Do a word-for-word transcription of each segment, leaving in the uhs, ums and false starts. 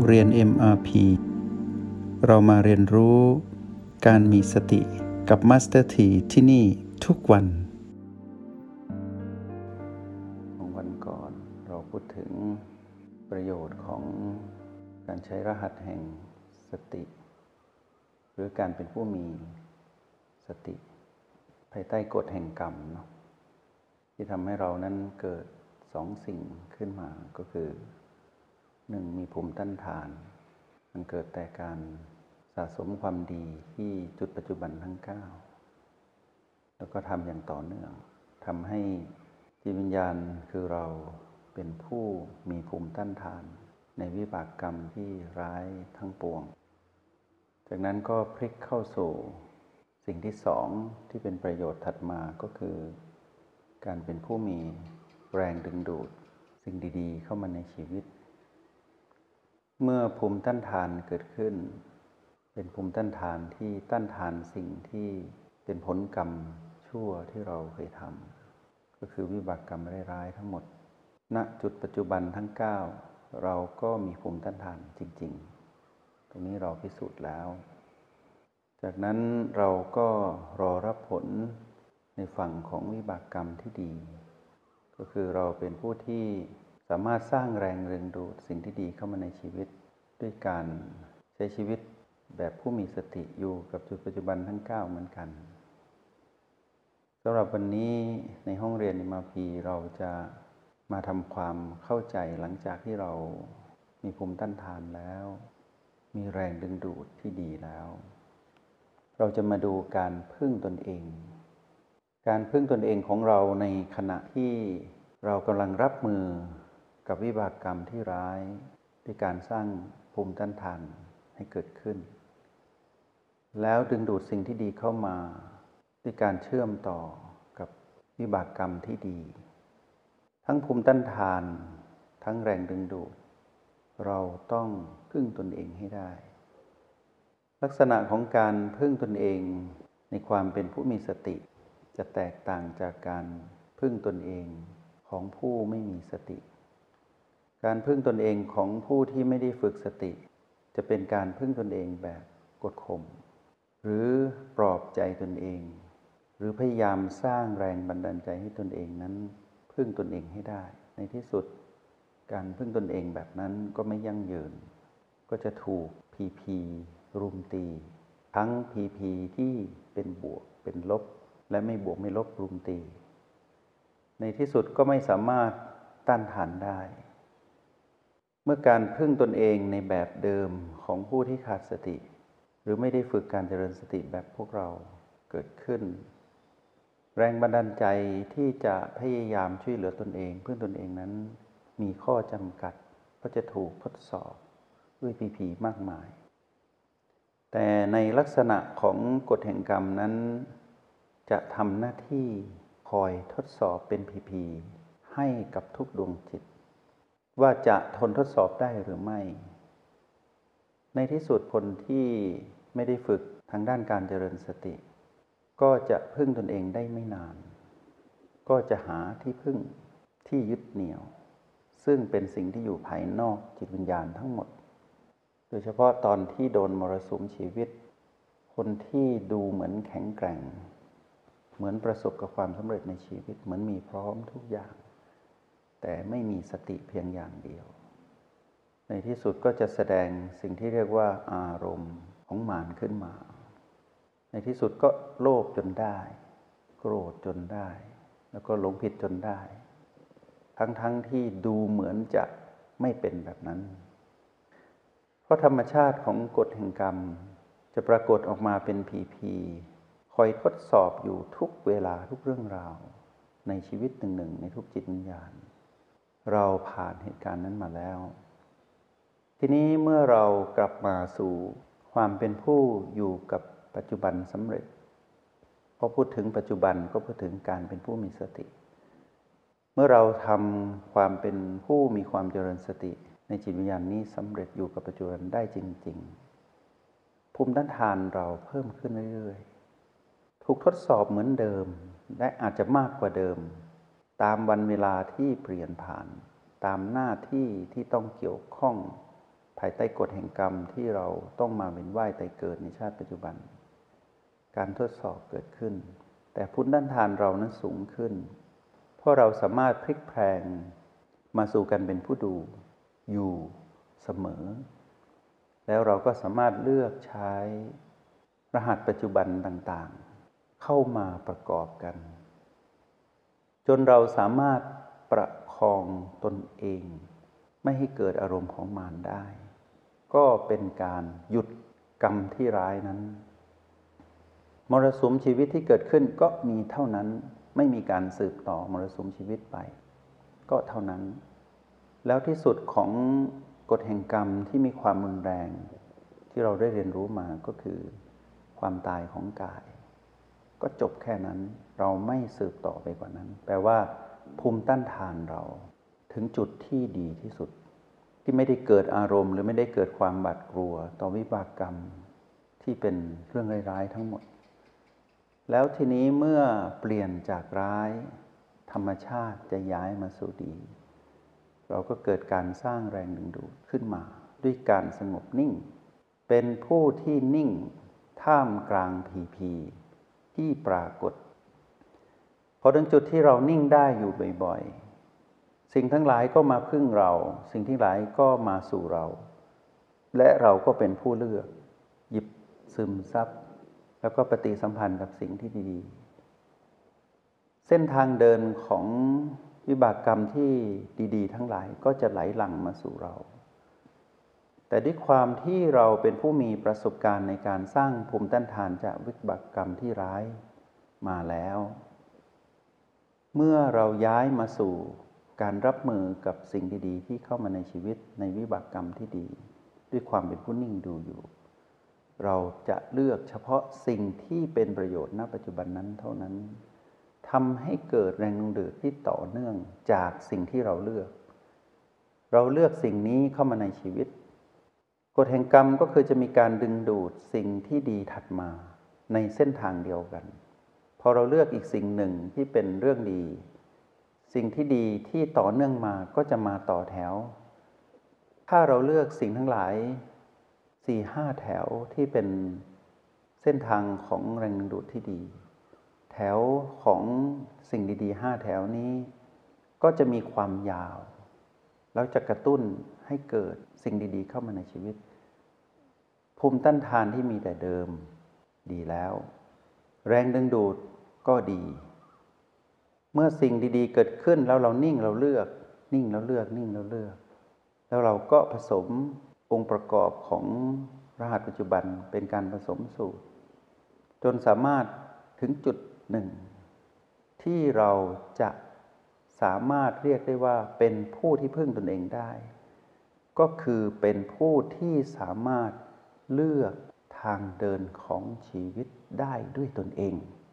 เรียน เอ็ม อาร์ พี เรามาเรียนรู้การมีสติกับ Master T ที่นี่ทุกวันวันก่อนเราพูดถึงประโยชน์ของการใช้รหัสแห่งสติหรือการเป็นผู้มีสติภายใต้กฎแห่งกรรมเนาะที่ทำให้เรานั้นเกิดสองสิ่งขึ้นมาก็คือหนึ่งมีภูมิต้านทานมันเกิดแต่การสะสมความดีที่จุดปัจจุบันทั้งเก้าแล้วก็ทำอย่างต่อเนื่องทำให้จิตวิญญาณคือเราเป็นผู้มีภูมิต้านทานในวิบากกรรมที่ร้ายทั้งปวงจากนั้นก็พลิกเข้าสู่สิ่งที่สองที่เป็นประโยชน์ถัดมาก็คือการเป็นผู้มีแรงดึงดูดสิ่งดีๆเข้ามาในชีวิตเมื่อภูมิต้านทานเกิดขึ้นเป็นภูมิต้านทานที่ต้านทานสิ่งที่เป็นผลกรรมชั่วที่เราเคยทำก็คือวิบากกรรมร้ายๆทั้งหมดณจุดปัจจุบันทั้งเก้าเราก็มีภูมิต้านทานจริงๆตรงนี้เราพิสูจน์แล้วจากนั้นเราก็รอรับผลในฝั่งของวิบากกรรมที่ดีก็คือเราเป็นผู้ที่สามารถสร้างแรงดึงดูดสิ่งที่ดีเข้ามาในชีวิตด้วยการใช้ชีวิตแบบผู้มีสติอยู่กับจุดปัจจุบันทั้งเก้าเหมือนกันสำหรับวันนี้ในห้องเรียน เอ็ม อาร์ พี เราจะมาทำความเข้าใจหลังจากที่เรามีภูมิต้านทานแล้วมีแรงดึงดูดที่ดีแล้วเราจะมาดูการพึ่งตนเองการพึ่งตนเองของเราในขณะที่เรากำลังรับมือกับวิบากกรรมที่ร้ายด้วยการสร้างภูมิต้านทานให้เกิดขึ้นแล้วดึงดูดสิ่งที่ดีเข้ามาด้วยการเชื่อมต่อกับวิบากกรรมที่ดีทั้งภูมิต้านทานทั้งแรงดึงดูดเราต้องพึ่งตนเองให้ได้ลักษณะของการพึ่งตนเองในความเป็นผู้มีสติจะแตกต่างจากการพึ่งตนเองของผู้ไม่มีสติการพึ่งตนเองของผู้ที่ไม่ได้ฝึกสติจะเป็นการพึ่งตนเองแบบกดข่มหรือปลอบใจตนเองหรือพยายามสร้างแรงบันดาลใจให้ตนเองนั้นพึ่งตนเองให้ได้ในที่สุดการพึ่งตนเองแบบนั้นก็ไม่ยั่งยืนก็จะถูกพีพีรุมตีทั้งพีพีที่เป็นบวกเป็นลบและไม่บวกไม่ลบรุมตีในที่สุดก็ไม่สามารถต้านทานได้เมื่อการพึ่งตนเองในแบบเดิมของผู้ที่ขาดสติหรือไม่ได้ฝึกการเจริญสติแบบพวกเราเกิดขึ้นแรงบันดาลใจที่จะพยายามช่วยเหลือตนเองพึ่งตนเองนั้นมีข้อจำกัดเพราะจะถูกทดสอบด้วยพีพีมากมายแต่ในลักษณะของกฎแห่งกรรมนั้นจะทำหน้าที่คอยทดสอบเป็นพีพีให้กับทุกดวงจิตว่าจะทนทดสอบได้หรือไม่ในที่สุดคนที่ไม่ได้ฝึกทางด้านการเจริญสติก็จะพึ่งตนเองได้ไม่นานก็จะหาที่พึ่งที่ยึดเหนี่ยวซึ่งเป็นสิ่งที่อยู่ภายนอกจิตวิญญาณทั้งหมดโดยเฉพาะตอนที่โดนมรสุมชีวิตคนที่ดูเหมือนแข็งแกร่งเหมือนประสบกับความสำเร็จในชีวิตเหมือนมีพร้อมทุกอย่างแต่ไม่มีสติเพียงอย่างเดียวในที่สุดก็จะแสดงสิ่งที่เรียกว่าอารมณ์ของมารขึ้นมาในที่สุดก็โลภจนได้โกรธจนได้แล้วก็หลงผิดจนได้ทั้งๆ ท, ที่ดูเหมือนจะไม่เป็นแบบนั้นเพราะธรรมชาติของกฎแห่งกรรมจะปรากฏออกมาเป็นผีผีคอยทดสอบอยู่ทุกเวลาทุกเรื่องราวในชีวิตหนึ่งๆในทุกจิตวิญญาณเราผ่านเหตุการณ์นั้นมาแล้วทีนี้เมื่อเรากลับมาสู่ความเป็นผู้อยู่กับปัจจุบันสำเร็จพอพูดถึงปัจจุบันก็พูดถึงการเป็นผู้มีสติเมื่อเราทำความเป็นผู้มีความเจริญสติในจิตวิญญาณนี้สำเร็จอยู่กับปัจจุบันได้จริงๆภูมิต้านทานเราเพิ่มขึ้นเรื่อยๆถูกทดสอบเหมือนเดิมและอาจจะมากกว่าเดิมตามวันเวลาที่เปลี่ยนผ่านตามหน้าที่ที่ต้องเกี่ยวข้องภายใต้กฎแห่งกรรมที่เราต้องมาเวียนว่ายตายเกิดในชาติปัจจุบันการทดสอบเกิดขึ้นแต่ภูมิต้านทานเรานั้นสูงขึ้นเพราะเราสามารถพลิกแพลงมาสู่การเป็นผู้ดูอยู่เสมอแล้วเราก็สามารถเลือกใช้รหัสปัจจุบันต่างๆเข้ามาประกอบกันจนเราสามารถประคองตนเองไม่ให้เกิดอารมณ์ของมารได้ก็เป็นการหยุดกรรมที่ร้ายนั้นมรสุมชีวิตที่เกิดขึ้นก็มีเท่านั้นไม่มีการสืบต่อมรสุมชีวิตไปก็เท่านั้นแล้วที่สุดของกฎแห่งกรรมที่มีความรุนแรงที่เราได้เรียนรู้มาก็คือความตายของกายก็จบแค่นั้นเราไม่สืบต่อไปกว่านั้นแปลว่าภูมิต้านทานเราถึงจุดที่ดีที่สุดที่ไม่ได้เกิดอารมณ์หรือไม่ได้เกิดความบาดกลัวต่อวิบากกรรมที่เป็นเรื่องร้ายๆทั้งหมดแล้วทีนี้เมื่อเปลี่ยนจากร้ายธรรมชาติจะย้ายมาสู่ดีเราก็เกิดการสร้างแรงดึงดูดขึ้นมาด้วยการสงบนิ่งเป็นผู้ที่นิ่งท่ามกลางพีพีที่ปรากฏพอถึงจุดที่เรานิ่งได้อยู่บ่อยๆสิ่งทั้งหลายก็มาพึ่งเราสิ่งทั้งหลายก็มาสู่เราและเราก็เป็นผู้เลือกหยิบซึมซับแล้วก็ปฏิสัมพันธ์กับสิ่งที่ดีๆเส้นทางเดินของวิบากกรรมที่ดีๆทั้งหลายก็จะไหลหลั่งมาสู่เราแต่ด้วยความที่เราเป็นผู้มีประสบการณ์ในการสร้างภูมิต้านทานจากวิบากกรรมที่ร้ายมาแล้วเมื่อเราย้ายมาสู่การรับมือกับสิ่งดีๆที่เข้ามาในชีวิตในวิบากกรรมที่ดีด้วยความเป็นผู้นิ่งดูอยู่เราจะเลือกเฉพาะสิ่งที่เป็นประโยชน์ณปัจจุบันนั้นเท่านั้นทำให้เกิดแรงดึงดูดที่ต่อเนื่องจากสิ่งที่เราเลือกเราเลือกสิ่งนี้เข้ามาในชีวิตกฎแห่งกรรมก็คือจะมีการดึงดูดสิ่งที่ดีถัดมาในเส้นทางเดียวกันพอเราเลือกอีกสิ่งหนึ่งที่เป็นเรื่องดีสิ่งที่ดีที่ต่อเนื่องมาก็จะมาต่อแถวถ้าเราเลือกสิ่งทั้งหลาย สี่ห้า แถวที่เป็นเส้นทางของแรงดึงดูดที่ดีแถวของสิ่งดีๆห้าแถวนี้ก็จะมีความยาวแล้วจะกระตุ้นให้เกิดสิ่งดีๆเข้ามาในชีวิตภูมิต้านทานที่มีแต่เดิมดีแล้วแรงดึงดูดก็ดีเมื่อสิ่งดีๆเกิดขึ้นแล้วเรานิ่งเราเลือกนิ่งแล้วเลือกนิ่งแล้วเลือกแล้วเราก็ผสมองค์ประกอบของรหัสปัจจุบันเป็นการผสมสูตรจนสามารถถึงจุดหนึ่งที่เราจะสามารถเรียกได้ว่าเป็นผู้ที่พึ่งตนเองได้ก็คือเป็นผู้ที่สามารถเลือกทางเดินของชีวิตได้ด้วยตนเอง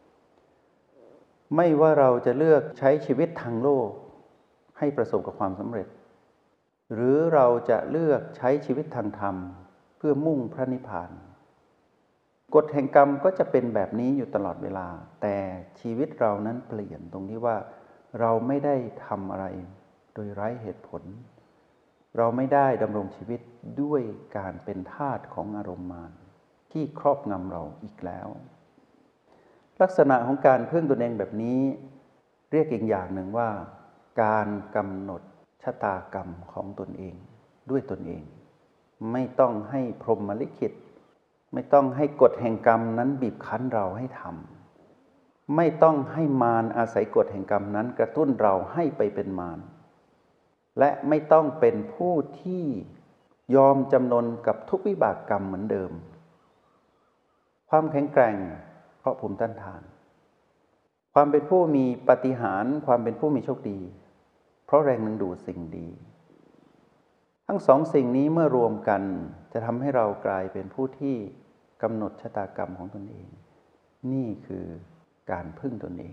ไม่ว่าเราจะเลือกใช้ชีวิตทางโลกให้ประสบกับความสำเร็จหรือเราจะเลือกใช้ชีวิตทางธรรมเพื่อมุ่งพระนิพพานกฎแห่งกรรมก็จะเป็นแบบนี้อยู่ตลอดเวลาแต่ชีวิตเรานั้นเปลี่ยนตรงที่ว่าเราไม่ได้ทำอะไรโดยไร้เหตุผลเราไม่ได้ดำรงชีวิตด้วยการเป็นทาสของอารมณ์มารที่ครอบงำเราอีกแล้วลักษณะของการพึ่งตนเองแบบนี้เรียกอีกอย่างหนึ่งว่าการกำหนดชะตากรรมของตนเองด้วยตนเองไม่ต้องให้พรหมลิขิตไม่ต้องให้กฎแห่งกรรมนั้นบีบคั้นเราให้ทำไม่ต้องให้มารอาศัยกฎแห่งกรรมนั้นกระตุ้นเราให้ไปเป็นมารและไม่ต้องเป็นผู้ที่ยอมจำนนกับทุกวิบากกรรมเหมือนเดิมความแข็งแกร่งเพราะภูมิต้านทานความเป็นผู้มีปาฏิหาริย์ความเป็นผู้มีโชคดีเพราะแรงดึงดูดสิ่งดีทั้งสองสิ่งนี้เมื่อรวมกันจะทำให้เรากลายเป็นผู้ที่กำหนดชะตากรรมของตนเองนี่คือการพึ่งตนเอง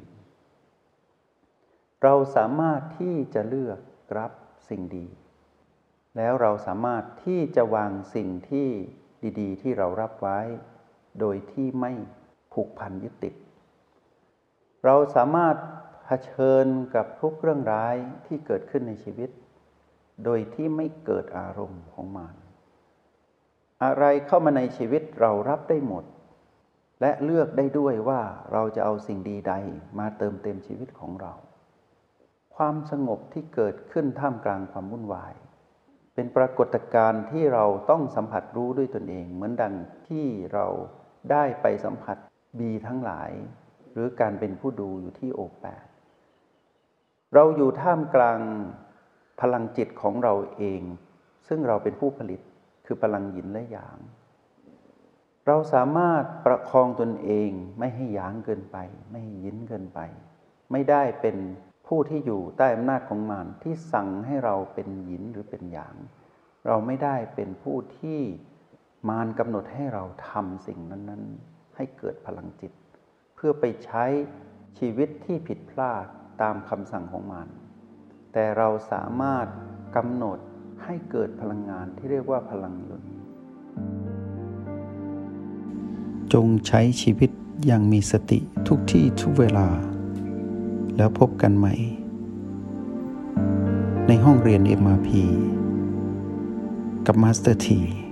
เราสามารถที่จะเลือกรับสิ่งดีแล้วเราสามารถที่จะวางสิ่งที่ดีๆที่เรารับไว้โดยที่ไม่ผูกพันยึดติดเราสามารถเผชิญกับทุกเรื่องร้ายที่เกิดขึ้นในชีวิตโดยที่ไม่เกิดอารมณ์ของมารอะไรเข้ามาในชีวิตเรารับได้หมดและเลือกได้ด้วยว่าเราจะเอาสิ่งดีใดมาเติมเต็มชีวิตของเราความสงบที่เกิดขึ้นท่ามกลางความวุ่นวายเป็นปรากฏการณ์ที่เราต้องสัมผัสรู้ด้วยตนเองเหมือนดังที่เราได้ไปสัมผัสบีทั้งหลายหรือการเป็นผู้ดูอยู่ที่โอแปดเราอยู่ท่ามกลางพลังจิตของเราเองซึ่งเราเป็นผู้ผลิตคือพลังหยินและหยางเราสามารถประคองตนเองไม่ให้หยางเกินไปไม่ให้หยินเกินไปไม่ได้เป็นผู้ที่อยู่ใต้อำนาจของมารที่สั่งให้เราเป็นหยินหรือเป็นหยางเราไม่ได้เป็นผู้ที่มารกำหนดให้เราทำสิ่งนั้นๆให้เกิดพลังจิตเพื่อไปใช้ชีวิตที่ผิดพลาดตามคำสั่งของมารแต่เราสามารถกำหนดให้เกิดพลังงานที่เรียกว่าพลังยนต์จงใช้ชีวิตอย่างมีสติทุกที่ทุกเวลาแล้วพบกันใหม่ในห้องเรียน เอ็ม อาร์ พี กับมาสเตอร์ ที